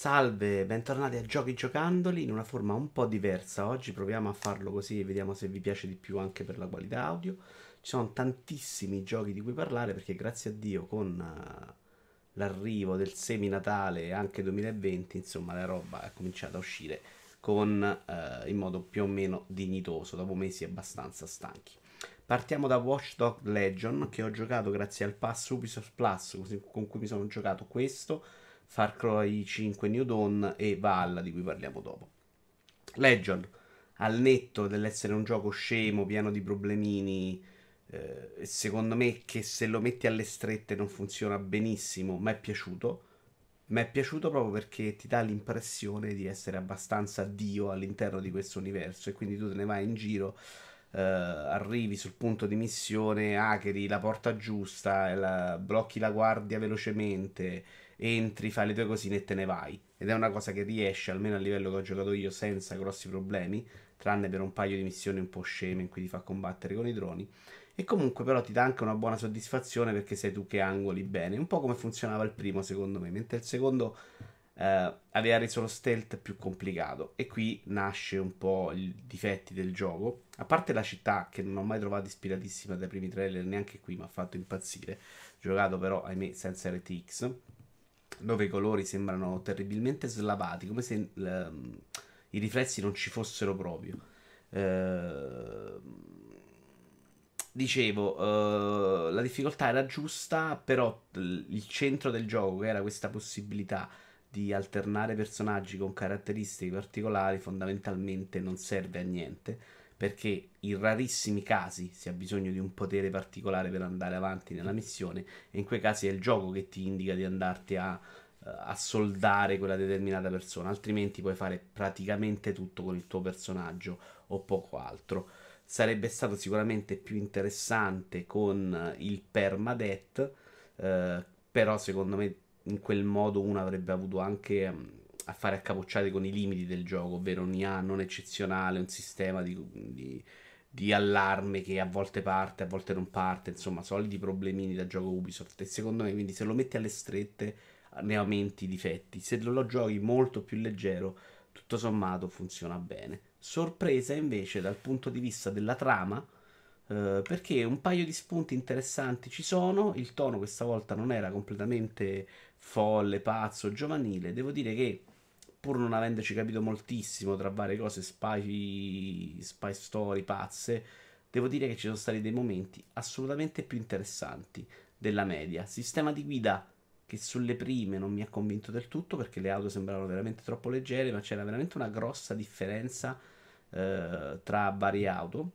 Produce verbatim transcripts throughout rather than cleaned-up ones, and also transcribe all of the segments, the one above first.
Salve, bentornati a Giochi Giocandoli in una forma un po' diversa. Oggi proviamo a farlo così e vediamo se vi piace di più anche per la qualità audio. Ci sono tantissimi giochi di cui parlare perché grazie a Dio con eh, l'arrivo del semi-natale e anche duemilaventi, insomma, la roba è cominciata a uscire con, eh, in modo più o meno dignitoso, dopo mesi abbastanza stanchi. Partiamo da Watch Dogs Legion che ho giocato grazie al pass Ubisoft Plus così- con cui mi sono giocato questo, Far Cry cinque New Dawn e Valhalla di cui parliamo dopo. Legion, al netto dell'essere un gioco scemo, pieno di problemini, eh, secondo me che se lo metti alle strette non funziona benissimo, mi è piaciuto. Mi è piaciuto proprio perché ti dà l'impressione di essere abbastanza Dio all'interno di questo universo e quindi tu te ne vai in giro, eh, arrivi sul punto di missione, hackeri la porta giusta, la- blocchi la guardia velocemente, entri, fai le tue cosine e te ne vai. Ed è una cosa che riesce, almeno a livello che ho giocato io, senza grossi problemi, tranne per un paio di missioni un po' sceme in cui ti fa combattere con i droni. E comunque però ti dà anche una buona soddisfazione perché sei tu che angoli bene, un po' come funzionava il primo secondo me, mentre il secondo eh, aveva reso lo stealth più complicato e qui nasce un po' i difetti del gioco. A parte la città che non ho mai trovato ispiratissima dai primi trailer, neanche qui mi ha fatto impazzire, giocato però ahimè senza R T X, dove i colori sembrano terribilmente slavati, come se l- i riflessi non ci fossero proprio. Eh, Dicevo, eh, la difficoltà era giusta, però l- il centro del gioco, che era questa possibilità di alternare personaggi con caratteristiche particolari, fondamentalmente non serve a niente, perché in rarissimi casi si ha bisogno di un potere particolare per andare avanti nella missione, e in quei casi è il gioco che ti indica di andarti a, eh, a soldare quella determinata persona, altrimenti puoi fare praticamente tutto con il tuo personaggio o poco altro. Sarebbe stato sicuramente più interessante con eh, il permadeath, eh, però secondo me in quel modo uno avrebbe avuto anche mm, a fare accapocciate con i limiti del gioco, ovvero un I A non eccezionale, un sistema di, di- di allarme che a volte parte, a volte non parte, insomma, soliti problemini da gioco Ubisoft. E secondo me, quindi, se lo metti alle strette, ne aumenti i difetti. Se lo giochi molto più leggero, tutto sommato funziona bene. Sorpresa invece dal punto di vista della trama, eh, perché un paio di spunti interessanti ci sono. Il tono questa volta non era completamente folle, pazzo, giovanile. Devo dire che, pur non avendoci capito moltissimo tra varie cose, spy, spy story pazze, devo dire che ci sono stati dei momenti assolutamente più interessanti della media. Sistema di guida che sulle prime non mi ha convinto del tutto perché le auto sembravano veramente troppo leggere, ma c'era veramente una grossa differenza eh, tra varie auto.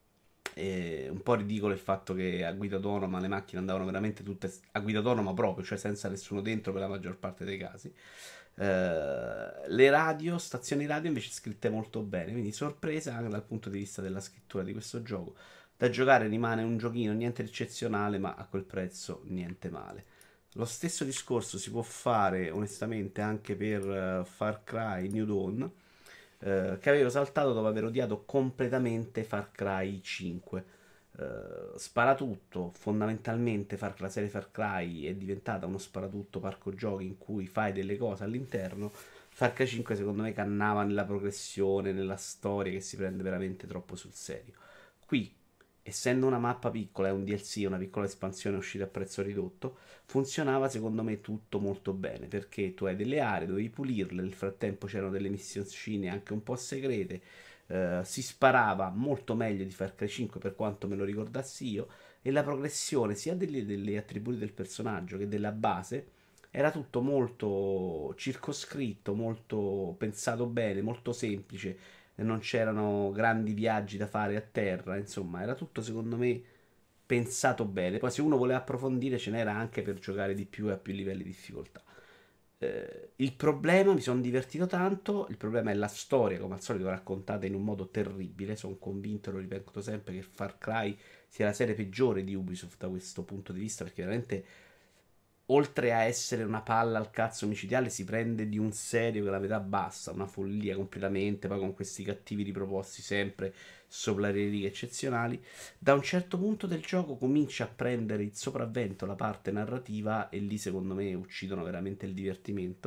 E un po' ridicolo il fatto che a guida autonoma le macchine andavano veramente tutte a guida autonoma proprio, cioè senza nessuno dentro per la maggior parte dei casi. Eh, le radio, stazioni radio invece scritte molto bene, quindi sorpresa anche dal punto di vista della scrittura di questo gioco. Da giocare rimane un giochino niente di eccezionale, ma a quel prezzo niente male. Lo stesso discorso si può fare onestamente anche per eh, Far Cry New Dawn, eh, che avevo saltato dopo aver odiato completamente Far Cry cinque. Eh, sparatutto, fondamentalmente Far- la serie Far Cry è diventata uno sparatutto parco giochi in cui fai delle cose all'interno. Far Cry cinque secondo me cannava nella progressione, nella storia che si prende veramente troppo sul serio. Qui, essendo una mappa piccola, è un D L C, una piccola espansione uscita a prezzo ridotto, funzionava secondo me tutto molto bene perché tu hai delle aree, dovevi pulirle, nel frattempo c'erano delle missioncine anche un po' segrete, eh, si sparava molto meglio di Far Cry cinque per quanto me lo ricordassi io e la progressione sia degli, degli attributi del personaggio che della base era tutto molto circoscritto, molto pensato bene, molto semplice, non c'erano grandi viaggi da fare a terra, insomma, era tutto secondo me pensato bene. Poi se uno voleva approfondire ce n'era anche per giocare di più e a più livelli di difficoltà. Eh, il problema, mi sono divertito tanto, il problema è la storia, come al solito raccontata in un modo terribile, sono convinto, lo ripeto sempre, che Far Cry sia la serie peggiore di Ubisoft da questo punto di vista, perché veramente oltre a essere una palla al cazzo micidiale, si prende di un serio che la metà bassa, una follia completamente, poi con questi cattivi riproposti sempre sopra le righe eccezionali. Da un certo punto del gioco comincia a prendere il sopravvento la parte narrativa e lì secondo me uccidono veramente il divertimento.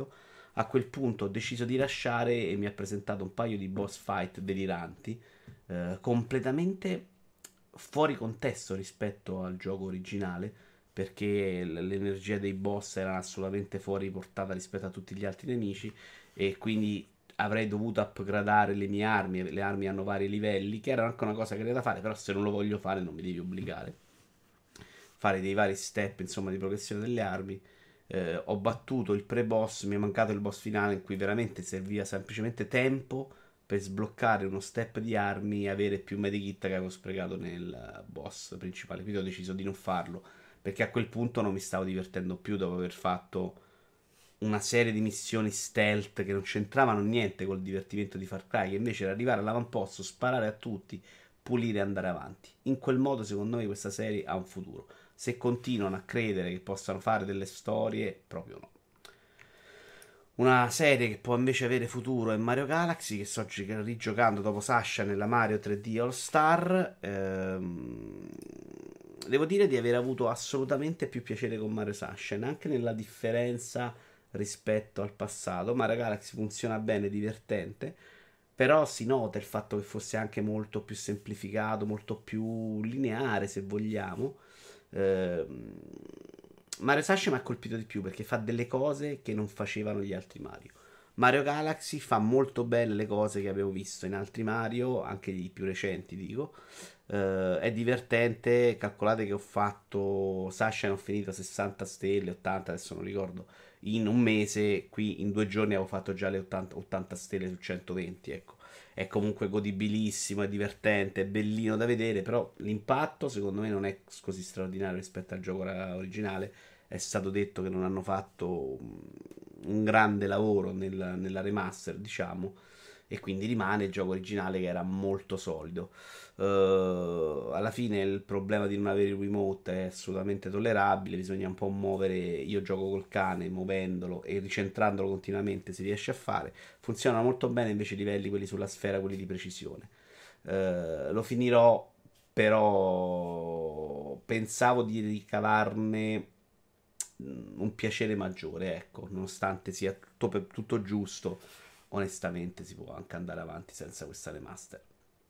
A quel punto ho deciso di lasciare e mi ha presentato un paio di boss fight deliranti, eh, completamente fuori contesto rispetto al gioco originale, perché l- l'energia dei boss era assolutamente fuori portata rispetto a tutti gli altri nemici e quindi avrei dovuto upgradare le mie armi. Le armi hanno vari livelli, che era anche una cosa che era da fare, però se non lo voglio fare non mi devi obbligare. Fare dei vari step, insomma, di progressione delle armi. Eh, ho battuto il pre-boss, mi è mancato il boss finale in cui veramente serviva semplicemente tempo per sbloccare uno step di armi e avere più medikit che avevo sprecato nel boss principale. Quindi ho deciso di non farlo perché a quel punto non mi stavo divertendo più dopo aver fatto una serie di missioni stealth che non c'entravano niente col divertimento di Far Cry, che invece era arrivare all'avamposto, sparare a tutti, pulire e andare avanti. In quel modo, secondo me, questa serie ha un futuro. Se continuano a credere che possano fare delle storie, proprio no. Una serie che può invece avere futuro è Mario Galaxy, che sto gi- rigiocando dopo Sasha nella Mario tre D All Star. Ehm, Devo dire di aver avuto assolutamente più piacere con Mario Sunshine, anche nella differenza rispetto al passato. Mario Galaxy funziona bene, è divertente, però si nota il fatto che fosse anche molto più semplificato, molto più lineare, se vogliamo. Ehm, Mario Sunshine mi ha colpito di più perché fa delle cose che non facevano gli altri Mario. Mario Galaxy fa molto bene le cose che avevo visto in altri Mario, anche i più recenti, dico. Eh, è divertente. Calcolate che ho fatto Sasha e ho finito sessanta stelle, ottanta, adesso non ricordo. In un mese, qui in due giorni avevo fatto già le ottanta, ottanta stelle su centoventi. Ecco, è comunque godibilissimo, è divertente, è bellino da vedere. Però l'impatto, secondo me, non è così straordinario rispetto al gioco originale. È stato detto che non hanno fatto un grande lavoro nel- nella remaster, diciamo, e quindi rimane il gioco originale che era molto solido. Uh, alla fine il problema di non avere il remote è assolutamente tollerabile, bisogna un po' muovere, io gioco col cane, muovendolo e ricentrandolo continuamente si riesce a fare. Funzionano molto bene invece i livelli, quelli sulla sfera, quelli di precisione. Uh, lo finirò, però pensavo di ricavarne un piacere maggiore, ecco, nonostante sia tutto, per, tutto giusto, onestamente si può anche andare avanti senza questa remaster.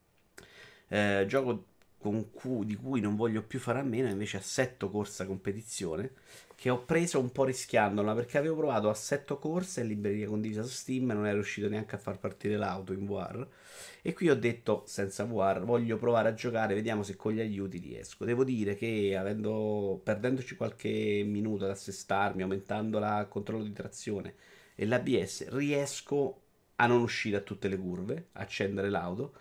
Eh, gioco con cui, di cui non voglio più fare a meno è invece Assetto Corsa Competizione, che ho preso un po' rischiandola perché avevo provato Assetto Corsa in libreria condivisa su Steam e non ero riuscito neanche a far partire l'auto in V R. E qui ho detto, senza V R, voglio provare a giocare, vediamo se con gli aiuti riesco. Devo dire che avendo, perdendoci qualche minuto ad assestarmi, aumentando la- il controllo di trazione e l'A B S, riesco a non uscire a tutte le curve, a accendere l'auto.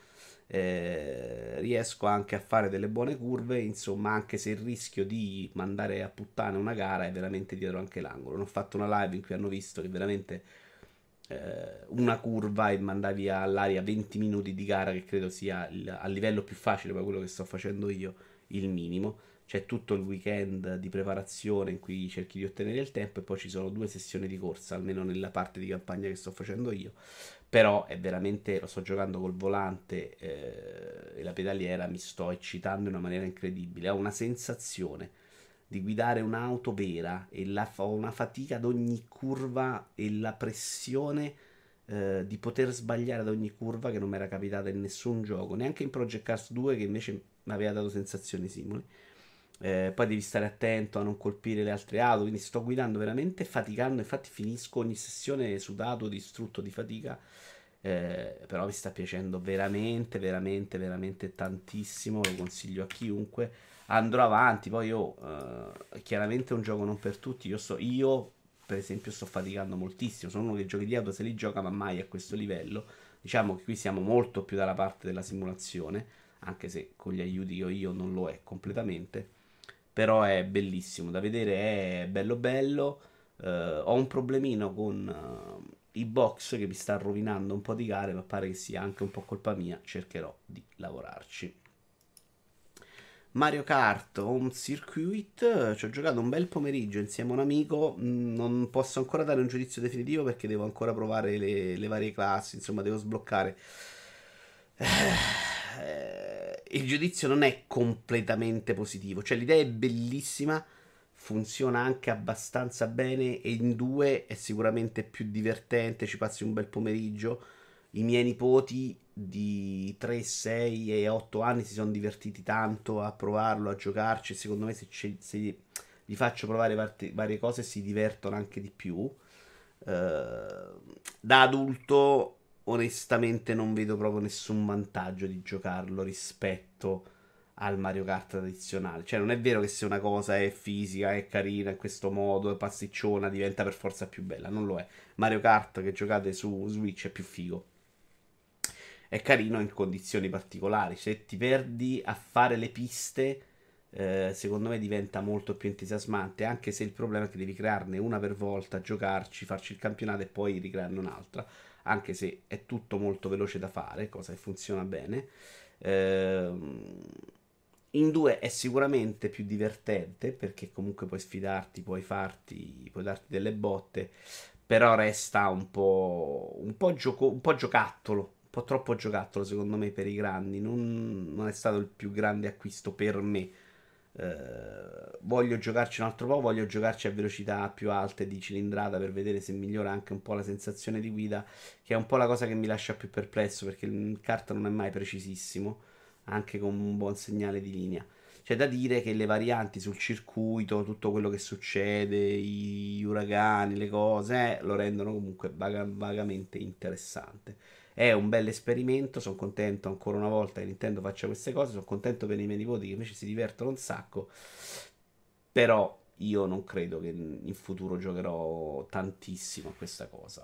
Eh, riesco anche a fare delle buone curve, insomma, anche se il rischio di mandare a puttane una gara è veramente dietro anche l'angolo. Non ho fatto una live in cui hanno visto che veramente eh, una curva e mandavi all'aria venti minuti di gara, che credo sia il, a livello più facile, poi quello che sto facendo io, il minimo. C'è tutto il weekend di preparazione in cui cerchi di ottenere il tempo e poi ci sono due sessioni di corsa, almeno nella parte di campagna che sto facendo io. Però è veramente, lo sto giocando col volante eh, e la pedaliera, mi sto eccitando in una maniera incredibile. Ho una sensazione di guidare un'auto vera e la, ho una fatica ad ogni curva e la pressione eh, di poter sbagliare ad ogni curva che non mi era capitata in nessun gioco, neanche in Project Cars due che invece mi aveva dato sensazioni simili. Eh, poi devi stare attento a non colpire le altre auto, quindi sto guidando veramente faticando, infatti finisco ogni sessione sudato, distrutto di fatica. Eh, però mi sta piacendo veramente, veramente, veramente tantissimo, lo consiglio a chiunque. Andrò avanti, poi io eh, chiaramente è un gioco non per tutti, io, so, io per esempio sto faticando moltissimo, sono uno che giochi di auto se li gioca ma mai a questo livello. Diciamo che qui siamo molto più dalla parte della simulazione, anche se con gli aiuti che ho io non lo è completamente. Però è bellissimo da vedere, è bello bello. Eh, ho un problemino con eh, i box che mi sta rovinando un po' di gare, ma pare che sia anche un po' colpa mia. Cercherò di lavorarci. Mario Kart Home Circuit, eh, ci ho giocato un bel pomeriggio insieme a un amico. mm, Non posso ancora dare un giudizio definitivo perché devo ancora provare le, le varie classi, insomma, devo sbloccare. Eh, il giudizio non è completamente positivo, cioè l'idea è bellissima, funziona anche abbastanza bene e in due è sicuramente più divertente, ci passi un bel pomeriggio. I miei nipoti di tre, sei e otto anni si sono divertiti tanto a provarlo, a giocarci. Secondo me, se, ci- se gli faccio provare parti- varie cose, si divertono anche di più. Eh, Da adulto, onestamente, non vedo proprio nessun vantaggio di giocarlo rispetto al Mario Kart tradizionale. Cioè, non è vero che se una cosa è fisica, è carina in questo modo, è pasticciona, diventa per forza più bella. Non lo è. Mario Kart che giocate su Switch è più figo. È carino in condizioni particolari. Se ti perdi a fare le piste, eh, secondo me diventa molto più entusiasmante. Anche se il problema è che devi crearne una per volta, giocarci, farci il campionato e poi ricrearne un'altra. Anche se è tutto molto veloce da fare, cosa che funziona bene. Ehm, In due è sicuramente più divertente perché comunque puoi sfidarti, puoi farti, puoi darti delle botte, però resta un po', un po', gioco- un po' giocattolo, un po' troppo giocattolo secondo me per i grandi. Non, non è stato il più grande acquisto per me. Eh, voglio giocarci un altro po', voglio giocarci a velocità più alte di cilindrata per vedere se migliora anche un po' la sensazione di guida, che è un po' la cosa che mi lascia più perplesso perché il kart non è mai precisissimo, anche con un buon segnale di linea. C'è da dire che le varianti sul circuito, tutto quello che succede, i uragani, le cose, eh, lo rendono comunque vaga- vagamente interessante. È un bel esperimento, sono contento ancora una volta che Nintendo faccia queste cose, sono contento per i miei nipoti che invece si divertono un sacco, però io non credo che in futuro giocherò tantissimo a questa cosa.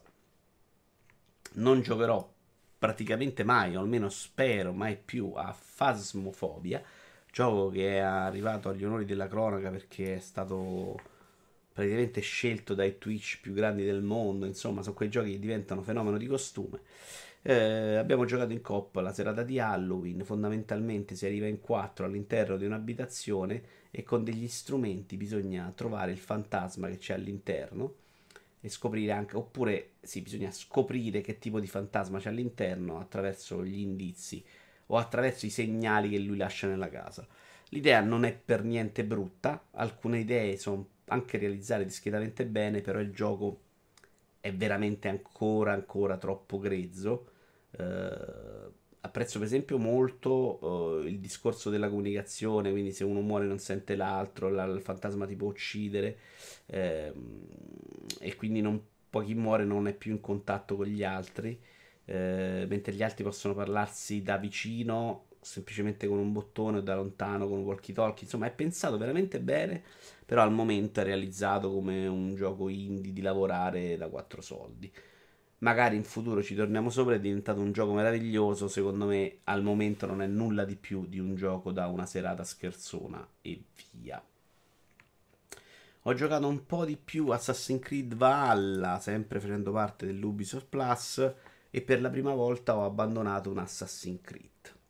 Non giocherò praticamente mai, o almeno spero mai più, a Phasmophobia, gioco che è arrivato agli onori della cronaca perché è stato praticamente scelto dai Twitch più grandi del mondo. Insomma, sono quei giochi che diventano fenomeno di costume. Eh, abbiamo giocato in coop la serata di Halloween. Fondamentalmente si arriva in quattro all'interno di un'abitazione e con degli strumenti bisogna trovare il fantasma che c'è all'interno e scoprire anche, oppure sì, bisogna scoprire che tipo di fantasma c'è all'interno attraverso gli indizi o attraverso i segnali che lui lascia nella casa. L'idea non è per niente brutta, alcune idee sono anche realizzate discretamente bene, però il gioco è veramente ancora, ancora troppo grezzo. Eh, Apprezzo per esempio molto eh, il discorso della comunicazione, quindi se uno muore non sente l'altro, la- il fantasma ti può uccidere, ehm, e quindi non, poi chi muore non è più in contatto con gli altri, eh, mentre gli altri possono parlarsi da vicino, semplicemente con un bottone o da lontano con un walkie-talkie. Insomma, è pensato veramente bene, però al momento è realizzato come un gioco indie di lavorare da quattro soldi. Magari in futuro ci torniamo sopra, è diventato un gioco meraviglioso. Secondo me al momento non è nulla di più di un gioco da una serata scherzona e via. Ho giocato un po' di più Assassin's Creed Valhalla, sempre facendo parte dell'Ubisoft Plus, e per la prima volta ho abbandonato un Assassin's Creed.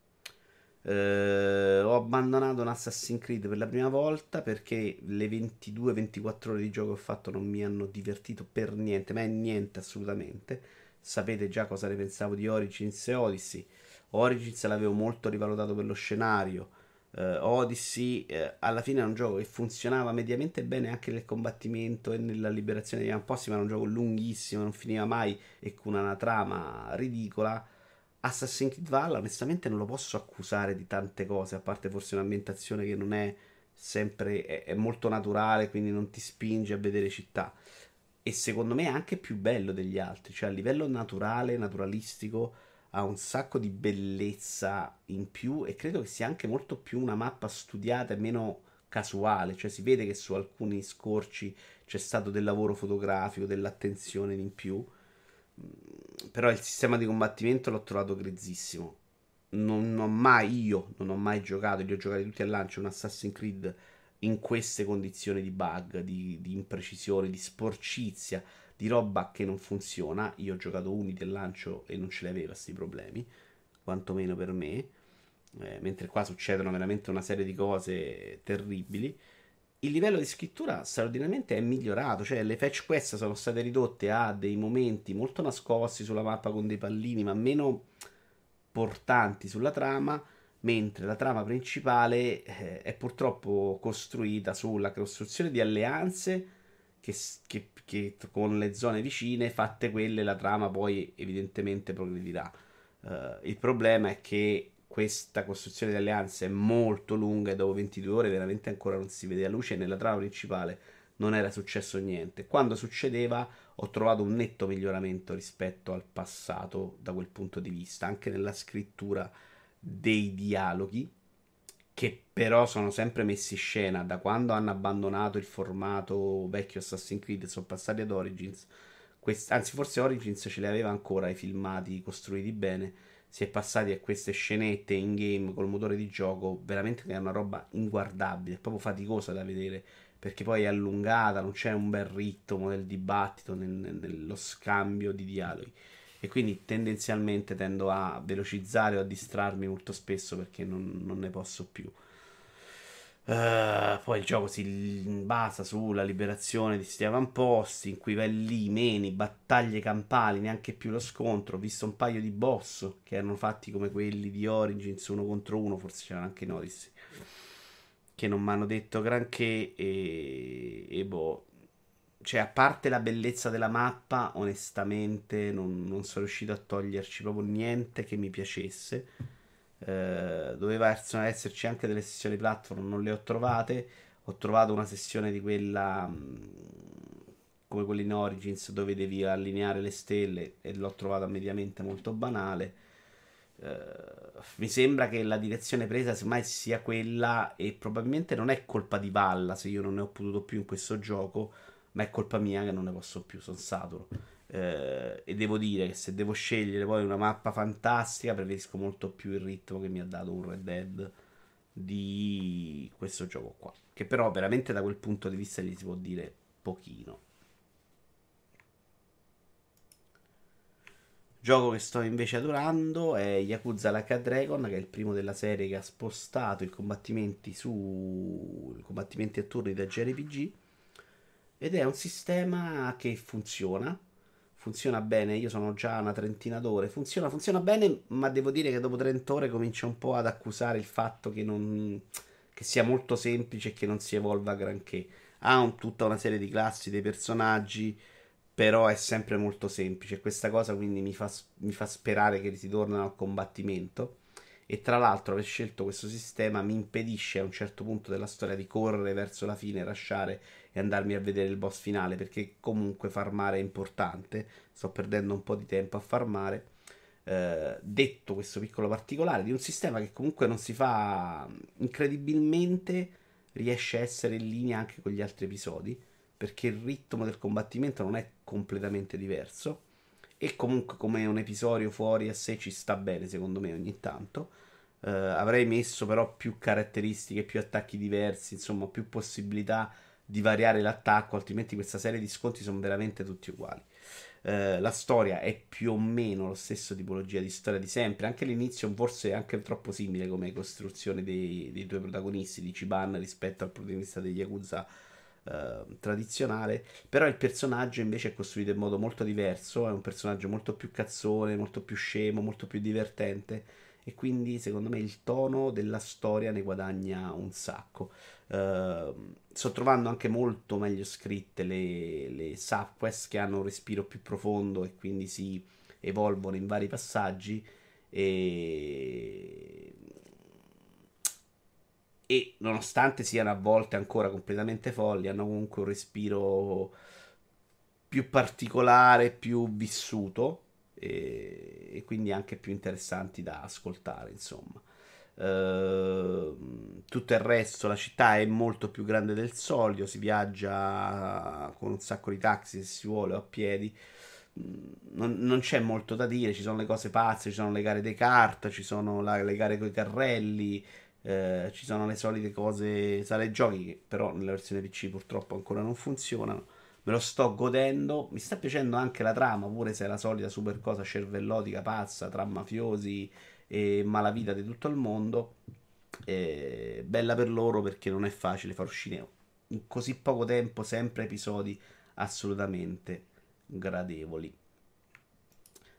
Eh, ho abbandonato un Assassin's Creed per la prima volta perché le ventidue ventiquattro ore di gioco che ho fatto non mi hanno divertito per niente, ma è niente assolutamente. Sapete già cosa ne pensavo di Origins e Odyssey. Origins l'avevo molto rivalutato per lo scenario. Eh, Odyssey eh, alla fine è un gioco che funzionava mediamente bene anche nel combattimento e nella liberazione degli avamposti, ma era un gioco lunghissimo, non finiva mai e con una trama ridicola. Assassin's Creed Valhalla onestamente non lo posso accusare di tante cose, a parte forse un'ambientazione che non è sempre, è, è molto naturale, quindi non ti spinge a vedere città. E secondo me è anche più bello degli altri, cioè a livello naturale, naturalistico, ha un sacco di bellezza in più e credo che sia anche molto più una mappa studiata e meno casuale, cioè si vede che su alcuni scorci c'è stato del lavoro fotografico, dell'attenzione in più. Mm, Però il sistema di combattimento l'ho trovato grizzissimo. Non ho mai, io non ho mai giocato, li ho giocati tutti al lancio, un Assassin's Creed in queste condizioni di bug, di, di imprecisione, di sporcizia, di roba che non funziona. Io ho giocato Unity al lancio e non ce li aveva questi problemi, quantomeno per me. Eh, mentre qua succedono veramente una serie di cose terribili. Il livello di scrittura straordinariamente è migliorato, cioè le fetch quest sono state ridotte a dei momenti molto nascosti sulla mappa con dei pallini, ma meno portanti sulla trama, mentre la trama principale eh, è purtroppo costruita sulla costruzione di alleanze che, s- che- che con le zone vicine, fatte quelle, la trama poi evidentemente progredirà. Eh, il problema è che questa costruzione di alleanze è molto lunga e dopo ventidue ore veramente ancora non si vede la luce e nella trama principale non era successo niente. Quando succedeva ho trovato un netto miglioramento rispetto al passato da quel punto di vista, anche nella scrittura dei dialoghi, che però sono sempre messi in scena da quando hanno abbandonato il formato vecchio Assassin's Creed e sono passati ad Origins. Quest- anzi, forse Origins ce li aveva ancora i filmati costruiti bene. Si è passati a queste scenette in game col motore di gioco, veramente che è una roba inguardabile, è proprio faticosa da vedere perché poi è allungata, non c'è un bel ritmo nel dibattito, nel- nello scambio di dialoghi. E quindi tendenzialmente tendo a velocizzare o a distrarmi molto spesso perché non, non ne posso più. Eh, poi il gioco si basa sulla liberazione di questi avamposti in cui vai lì, meni, battaglie campali, neanche più lo scontro. Ho visto un paio di boss che erano fatti come quelli di Origins uno contro uno, forse c'erano anche in Odyssey, che non mi hanno detto granché e, e boh. Cioè, a parte la bellezza della mappa, onestamente non, non sono riuscito a toglierci proprio niente che mi piacesse. Eh, doveva esserci anche delle sessioni platform, non le ho trovate. Ho trovato una sessione di quella mh, come quella in Origins dove devi allineare le stelle e l'ho trovata mediamente molto banale. Eh, mi sembra che la direzione presa semmai sia quella e probabilmente non è colpa di Valla se io non ne ho potuto più in questo gioco, ma è colpa mia che non ne posso più, sono saturo. Eh, e devo dire che se devo scegliere poi una mappa fantastica, preferisco molto più il ritmo che mi ha dato un Red Dead di questo gioco qua. Che però veramente da quel punto di vista gli si può dire pochino. Gioco che sto invece adorando è Yakuza Like a Dragon, che è il primo della serie che ha spostato i combattimenti su i combattimenti a turni da J R P G ed è un sistema che funziona. Funziona bene, io sono già una trentina d'ore. Funziona, funziona bene, ma devo dire che dopo trenta ore comincia un po' ad accusare il fatto che, non, che sia molto semplice e che non si evolva granché. Ha un- tutta una serie di classi dei personaggi, però è sempre molto semplice. Questa cosa quindi mi fa, mi fa sperare che si tornano al combattimento. E tra l'altro, aver scelto questo sistema mi impedisce a un certo punto della storia di correre verso la fine, rushare e andarmi a vedere il boss finale, perché comunque farmare è importante. Sto perdendo un po' di tempo a farmare. Eh, detto questo piccolo particolare di un sistema che comunque non si fa incredibilmente, riesce a essere in linea anche con gli altri episodi, perché il ritmo del combattimento non è completamente diverso. E comunque, come un episodio fuori a sé, ci sta bene, secondo me, ogni tanto. Eh, avrei messo però più caratteristiche, più attacchi diversi, insomma, più possibilità di variare l'attacco, altrimenti questa serie di sconti sono veramente tutti uguali. Eh, la storia è più o meno la stessa tipologia di storia di sempre. Anche l'inizio, forse è anche troppo simile come costruzione dei, dei due protagonisti di Chiban rispetto al protagonista degli Yakuza eh, tradizionale. Però il personaggio invece è costruito in modo molto diverso. È un personaggio molto più cazzone, molto più scemo, molto più divertente. E quindi, secondo me, il tono della storia ne guadagna un sacco. Uh, sto trovando anche molto meglio scritte le, le subquest che hanno un respiro più profondo e quindi si evolvono in vari passaggi e, e nonostante siano a volte ancora completamente folli hanno comunque un respiro più particolare, più vissuto e, e quindi anche più interessanti da ascoltare insomma. Ehm, tutto il resto, la città è molto più grande del solito, si viaggia con un sacco di taxi se si vuole o a piedi. Mm, Non, non c'è molto da dire, ci sono le cose pazze, ci sono le gare dei kart, ci sono la- le gare con i carrelli, eh, ci sono le solite cose, sale giochi che però nella versione P C purtroppo ancora non funzionano. Me lo sto godendo, mi sta piacendo anche la trama, pure se è la solita super cosa cervellotica, pazza, tra mafiosi e malavita di tutto il mondo. E bella per loro perché non è facile far uscire in così poco tempo sempre episodi assolutamente gradevoli.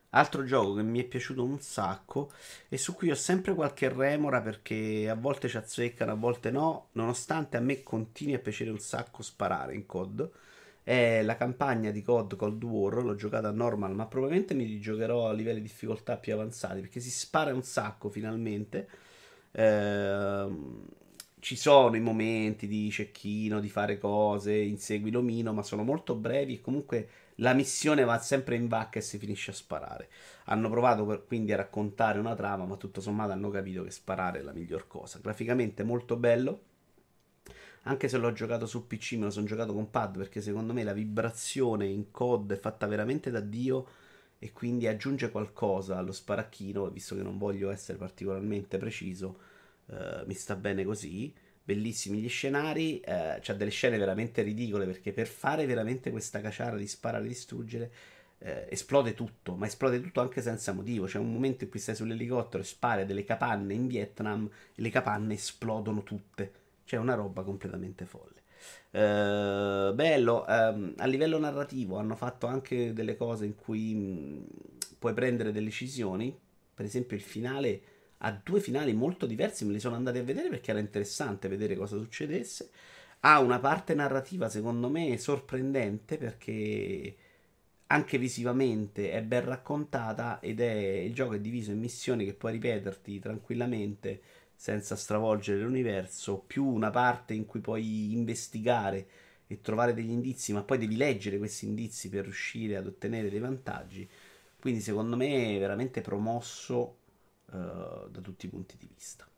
Altro gioco che mi è piaciuto un sacco e su cui ho sempre qualche remora perché a volte ci azzeccano, a volte no, nonostante a me continui a piacere un sacco sparare in C O D. È la campagna di C O D Cold War, l'ho giocata a normal, ma probabilmente mi rigiocherò a livelli di difficoltà più avanzati perché si spara un sacco finalmente. Ehm, Ci sono i momenti di cecchino, di fare cose, insegui l'omino, ma sono molto brevi e comunque la missione va sempre in vacca e si finisce a sparare. Hanno provato per- quindi a raccontare una trama, ma tutto sommato hanno capito che sparare è la miglior cosa. Graficamente molto bello, anche se l'ho giocato su P C, me lo sono giocato con pad perché secondo me la vibrazione in C O D è fatta veramente da Dio e quindi aggiunge qualcosa allo sparacchino, visto che non voglio essere particolarmente preciso, eh, mi sta bene così. Bellissimi gli scenari, eh, c'ha delle scene veramente ridicole perché per fare veramente questa caciara di sparare e distruggere eh, esplode tutto, ma esplode tutto anche senza motivo. C'è un momento in cui stai sull'elicottero e spari a delle capanne in Vietnam e le capanne esplodono tutte. C'è una roba completamente folle. Eh, bello, ehm, a livello narrativo hanno fatto anche delle cose in cui mh, puoi prendere delle decisioni. Per esempio, il finale ha due finali molto diversi. Me li sono andati a vedere perché era interessante vedere cosa succedesse. Ha una parte narrativa, secondo me, sorprendente perché anche visivamente è ben raccontata ed è il gioco è diviso in missioni che puoi ripeterti tranquillamente senza stravolgere l'universo, più una parte in cui puoi investigare e trovare degli indizi, ma poi devi leggere questi indizi per riuscire ad ottenere dei vantaggi. Quindi secondo me è veramente promosso eh, da tutti i punti di vista.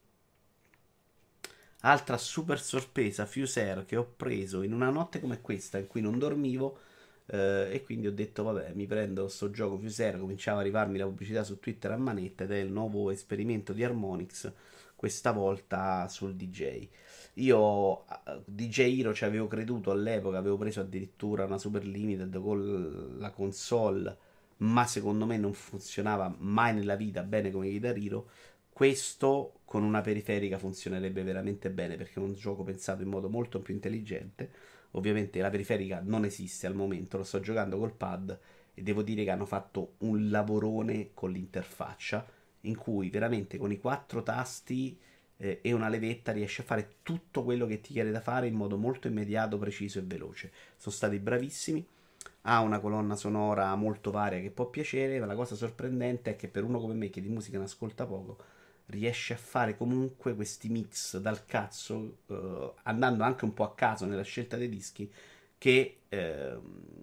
Altra super sorpresa, Fuser, che ho preso in una notte come questa in cui non dormivo eh, e quindi ho detto vabbè mi prendo sto gioco Fuser, cominciava a arrivarmi la pubblicità su Twitter a manetta ed è il nuovo esperimento di Harmonix, questa volta sul D J. Io a D J Hero ci avevo creduto all'epoca, avevo preso addirittura una Super Limited con la console, ma secondo me non funzionava mai nella vita bene come Guitar Hero. Questo con una periferica funzionerebbe veramente bene perché è un gioco pensato in modo molto più intelligente. Ovviamente la periferica non esiste al momento, lo sto giocando col pad e devo dire che hanno fatto un lavorone con l'interfaccia in cui veramente con i quattro tasti eh, e una levetta riesci a fare tutto quello che ti chiede da fare in modo molto immediato, preciso e veloce. Sono stati bravissimi. Ha una colonna sonora molto varia che può piacere, ma la cosa sorprendente è che per uno come me che di musica ne ascolta poco, riesce a fare comunque questi mix dal cazzo, eh, andando anche un po' a caso nella scelta dei dischi, che eh,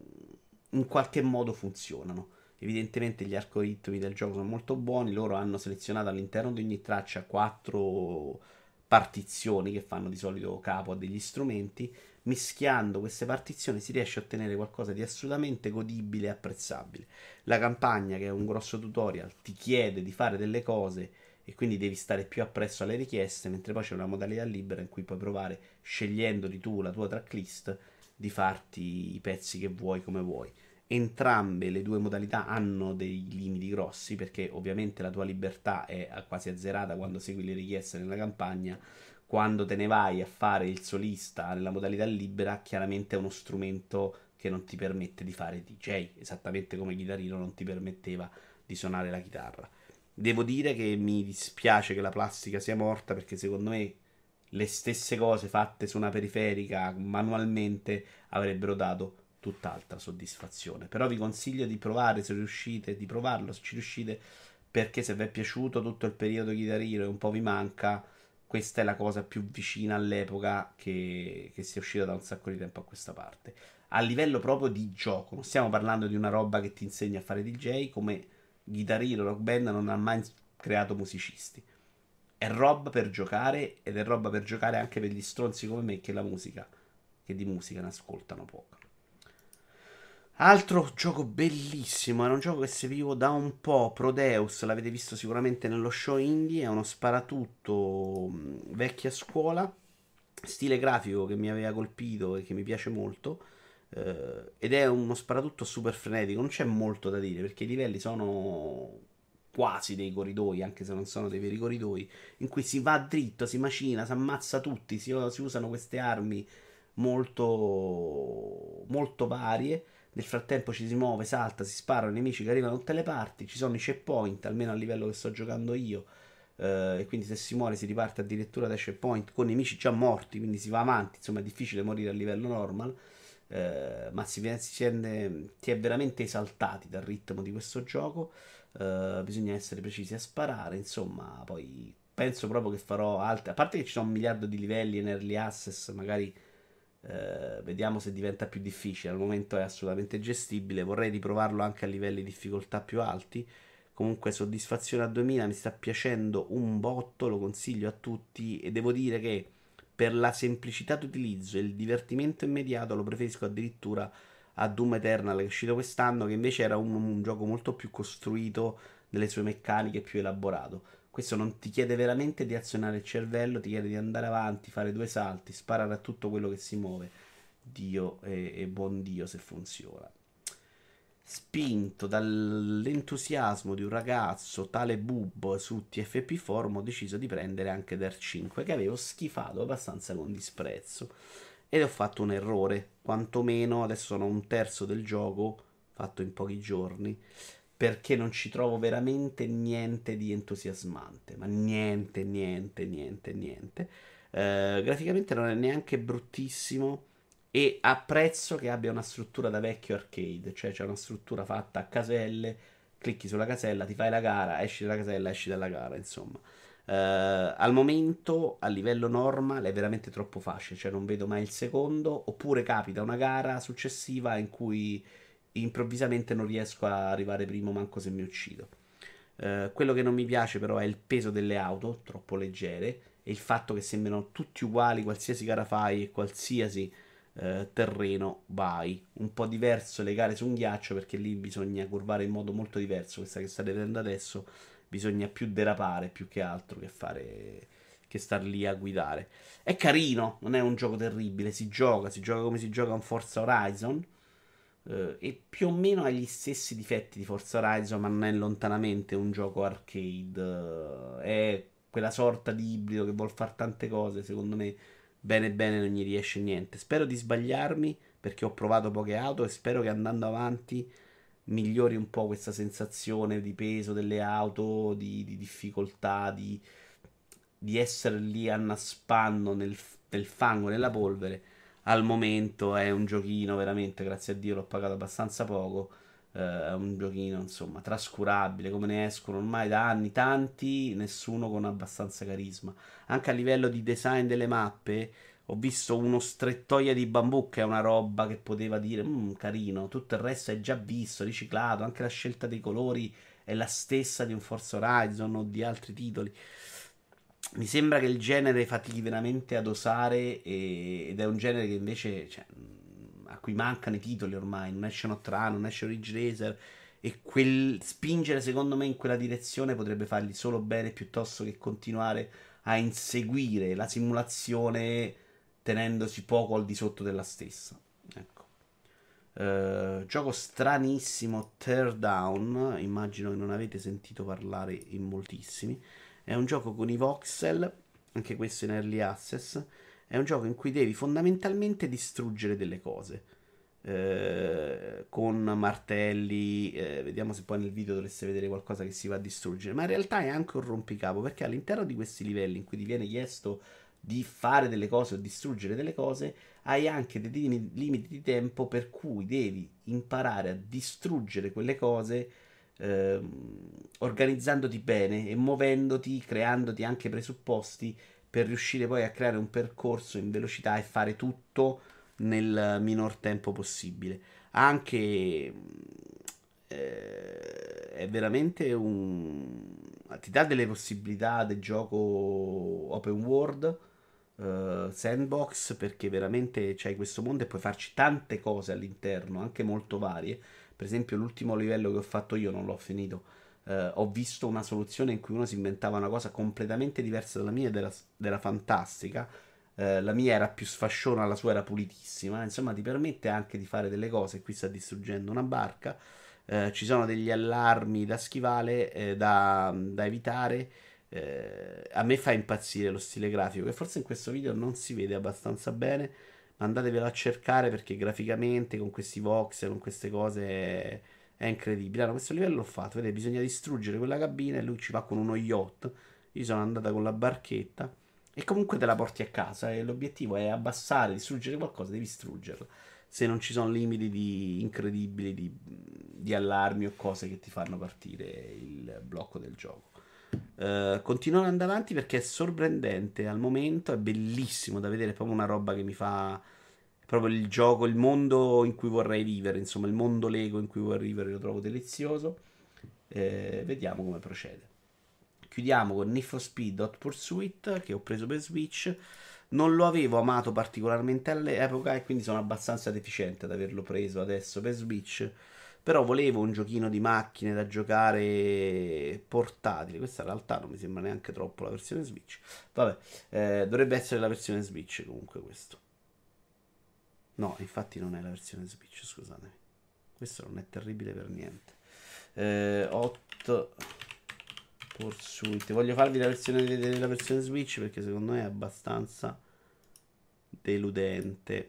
in qualche modo funzionano. Evidentemente gli algoritmi del gioco sono molto buoni, loro hanno selezionato all'interno di ogni traccia quattro partizioni che fanno di solito capo a degli strumenti. Mischiando queste partizioni si riesce a ottenere qualcosa di assolutamente godibile e apprezzabile. La campagna, che è un grosso tutorial, ti chiede di fare delle cose e quindi devi stare più appresso alle richieste, mentre poi c'è una modalità libera in cui puoi provare, scegliendoti tu la tua tracklist, di farti i pezzi che vuoi come vuoi. Entrambe le due modalità hanno dei limiti grossi perché ovviamente la tua libertà è quasi azzerata quando segui le richieste nella campagna. Quando te ne vai a fare il solista nella modalità libera, chiaramente è uno strumento che non ti permette di fare D J, esattamente come Guitar Hero non ti permetteva di suonare la chitarra. Devo dire che mi dispiace che la plastica sia morta perché secondo me le stesse cose fatte su una periferica manualmente avrebbero dato tutt'altra soddisfazione. Però vi consiglio di provare se riuscite, di provarlo se ci riuscite, perché se vi è piaciuto tutto il periodo Guitar Hero e un po' vi manca, questa è la cosa più vicina all'epoca che, che sia uscita da un sacco di tempo a questa parte. A livello proprio di gioco, non stiamo parlando di una roba che ti insegna a fare D J come Guitar Hero Rock Band non ha mai creato musicisti. È roba per giocare ed è roba per giocare anche per gli stronzi come me che la musica, che di musica ne ascoltano poco. Altro gioco bellissimo, era un gioco che seguivo da un po', Prodeus, l'avete visto sicuramente nello show indie, è uno sparatutto mh, vecchia scuola, stile grafico che mi aveva colpito e che mi piace molto, eh, ed è uno sparatutto super frenetico, non c'è molto da dire perché i livelli sono quasi dei corridoi, anche se non sono dei veri corridoi, in cui si va dritto, si macina, si ammazza tutti, si, si usano queste armi molto molto varie. Nel frattempo ci si muove, salta, si sparano i nemici che arrivano da tutte le parti. Ci sono i checkpoint, almeno a livello che sto giocando io. Eh, e quindi se si muore si riparte addirittura dai checkpoint con nemici già morti. Quindi si va avanti. Insomma, è difficile morire a livello normal. Eh, ma si, si, si è veramente esaltati dal ritmo di questo gioco. Eh, bisogna essere precisi a sparare. Insomma, poi penso proprio che farò altre. A parte che ci sono un miliardo di livelli in early access, magari eh, vediamo se diventa più difficile. Al momento è assolutamente gestibile. Vorrei riprovarlo anche a livelli di difficoltà più alti. Comunque, soddisfazione a duemila mi sta piacendo un botto. Lo consiglio a tutti. E devo dire che per la semplicità d'utilizzo e il divertimento immediato lo preferisco addirittura a Doom Eternal che è uscito quest'anno, che invece era un, un gioco molto più costruito nelle sue meccaniche, più elaborato. Questo non ti chiede veramente di azionare il cervello, ti chiede di andare avanti, fare due salti, sparare a tutto quello che si muove. Dio e, e buon Dio se funziona. Spinto dall'entusiasmo di un ragazzo tale bub su T F P Forum, ho deciso di prendere anche Der cinque, che avevo schifato abbastanza con disprezzo. Ed ho fatto un errore, quantomeno adesso sono un terzo del gioco, fatto in pochi giorni, perché non ci trovo veramente niente di entusiasmante, ma niente, niente, niente, niente. Eh, graficamente non è neanche bruttissimo e apprezzo che abbia una struttura da vecchio arcade, cioè c'è una struttura fatta a caselle, clicchi sulla casella, ti fai la gara, esci dalla casella, esci dalla gara, insomma. Eh, al momento, a livello normal, è veramente troppo facile, cioè non vedo mai il secondo, oppure capita una gara successiva in cui improvvisamente non riesco a arrivare primo manco se mi uccido. Eh, quello che non mi piace però è il peso delle auto, troppo leggere, e il fatto che sembrano tutti uguali, qualsiasi gara fai e qualsiasi eh, terreno vai. Un po' diverso le gare su un ghiaccio perché lì bisogna curvare in modo molto diverso. Questa che state vedendo adesso bisogna più derapare più che altro che fare che star lì a guidare. È carino, non è un gioco terribile, si gioca, si gioca come si gioca un Forza Horizon. Eh, e più o meno ha gli stessi difetti di Forza Horizon, ma non è lontanamente un gioco arcade. Eh, È quella sorta di ibrido che vuol fare tante cose. Secondo me, bene bene non gli riesce niente. Spero di sbagliarmi perché ho provato poche auto e spero che andando avanti migliori un po' questa sensazione di peso delle auto, di, di difficoltà, di, di essere lì annaspando nel, nel fango, nella polvere. Al momento è un giochino, veramente, grazie a Dio l'ho pagato abbastanza poco. Eh, è un giochino, insomma, trascurabile, come ne escono ormai da anni tanti, nessuno con abbastanza carisma. Anche a livello di design delle mappe, ho visto uno strettoia di bambù che è una roba che poteva dire, "Mm, carino", tutto il resto è già visto, riciclato, anche la scelta dei colori è la stessa di un Forza Horizon o di altri titoli. Mi sembra che il genere fatichi veramente ad osare e- ed è un genere che invece, cioè, mh, a cui mancano i titoli ormai, non esce Nocturne, non esce Ridge Racer e quel spingere secondo me in quella direzione potrebbe fargli solo bene piuttosto che continuare a inseguire la simulazione tenendosi poco al di sotto della stessa. Ecco. Eh, gioco stranissimo, Teardown, immagino che non avete sentito parlare in moltissimi. È un gioco con i voxel, anche questo in early access. È un gioco in cui devi fondamentalmente distruggere delle cose. Eh, con martelli, eh, vediamo se poi nel video dovreste vedere qualcosa che si va a distruggere. Ma in realtà è anche un rompicapo perché all'interno di questi livelli in cui ti viene chiesto di fare delle cose o distruggere delle cose, hai anche dei limi- limiti di tempo per cui devi imparare a distruggere quelle cose ehm, organizzandoti bene e muovendoti, creandoti anche presupposti per riuscire poi a creare un percorso in velocità e fare tutto nel minor tempo possibile. Anche eh, è veramente un ti dà delle possibilità del gioco open world, eh, sandbox, perché veramente c'hai questo mondo e puoi farci tante cose all'interno, anche molto varie. Per esempio, l'ultimo livello che ho fatto io non l'ho finito. Eh, ho visto una soluzione in cui uno si inventava una cosa completamente diversa dalla mia ed era, era fantastica. Eh, la mia era più sfasciona, la sua era pulitissima. Insomma, ti permette anche di fare delle cose. Qui sta distruggendo una barca. Eh, ci sono degli allarmi da schivare, eh, da, da evitare. Eh, a me fa impazzire lo stile grafico, che forse in questo video non si vede abbastanza bene, Andatevelo a cercare perché graficamente con questi voxel, con queste cose è, è incredibile. Allora, questo livello l'ho fatto, vedete, bisogna distruggere quella cabina e lui ci va con uno yacht. Io sono andata con la barchetta e comunque te la porti a casa e l'obiettivo è abbassare, distruggere qualcosa, devi distruggerla. Se non ci sono limiti di incredibili di, di allarmi o cose che ti fanno partire il blocco del gioco. Uh, continuo ad andare avanti perché è sorprendente al momento, è bellissimo da vedere, è proprio una roba che mi fa proprio il gioco, il mondo in cui vorrei vivere, insomma il mondo Lego in cui vorrei vivere lo trovo delizioso. Eh, vediamo come procede. Chiudiamo con Need for Speed Hot Pursuit che ho preso per Switch. Non lo avevo amato particolarmente all'epoca e quindi sono abbastanza deficiente ad averlo preso adesso per Switch. Però volevo un giochino di macchine da giocare portatile. Questa in realtà non mi sembra neanche troppo la versione Switch. Vabbè, eh, dovrebbe essere la versione Switch comunque questo. No, infatti non è la versione Switch, scusatemi. Questo non è terribile per niente. Eh, Hot Pursuit. Voglio farvi la versione, vedere la versione Switch perché secondo me è abbastanza deludente.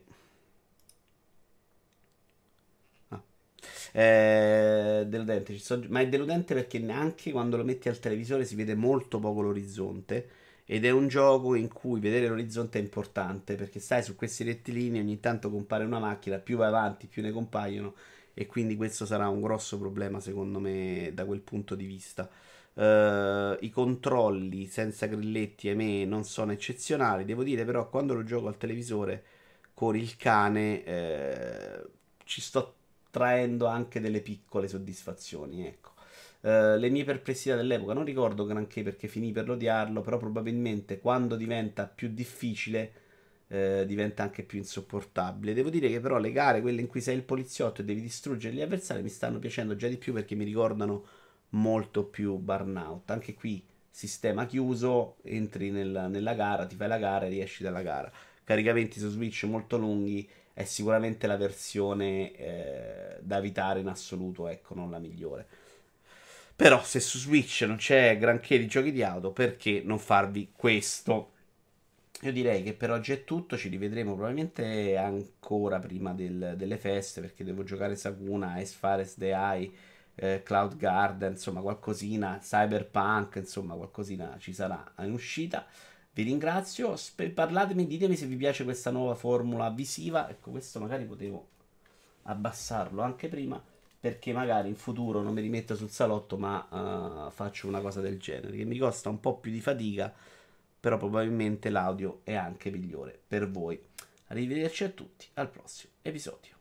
Ah. È deludente, ci so- ma è deludente perché neanche quando lo metti al televisore si vede molto poco l'orizzonte. Ed è un gioco in cui vedere l'orizzonte è importante perché stai su questi rettilini, ogni tanto compare una macchina, più vai avanti, più ne compaiono. E quindi questo sarà un grosso problema, secondo me, da quel punto di vista. Eh, I controlli senza grilletti, ahimè, non sono eccezionali. Devo dire, però, quando lo gioco al televisore con il cane, eh, ci sto traendo anche delle piccole soddisfazioni, ecco. Eh, le mie perplessità dell'epoca non ricordo granché perché finì per odiarlo, però probabilmente quando diventa più difficile eh, diventa anche più insopportabile. Devo dire che però le gare, quelle in cui sei il poliziotto e devi distruggere gli avversari, mi stanno piacendo già di più perché mi ricordano molto più Burnout. Anche qui sistema chiuso, entri nella, nella gara, ti fai la gara e riesci dalla gara. Caricamenti su Switch molto lunghi, è sicuramente la versione eh, da evitare in assoluto, ecco, non la migliore. Però se su Switch non c'è granché di giochi di auto, perché non farvi questo? Io direi che per oggi è tutto, ci rivedremo probabilmente ancora prima del- delle feste perché devo giocare Sakuna, As Far As The Eye, eh, Cloud Garden, insomma qualcosina, Cyberpunk, insomma qualcosina ci sarà in uscita. Vi ringrazio, spe- parlatemi, ditemi se vi piace questa nuova formula visiva, ecco questo magari potevo abbassarlo anche prima perché magari in futuro non mi rimetto sul salotto ma eh, faccio una cosa del genere che mi costa un po' più di fatica però probabilmente l'audio è anche migliore per voi. Arrivederci a tutti, al prossimo episodio.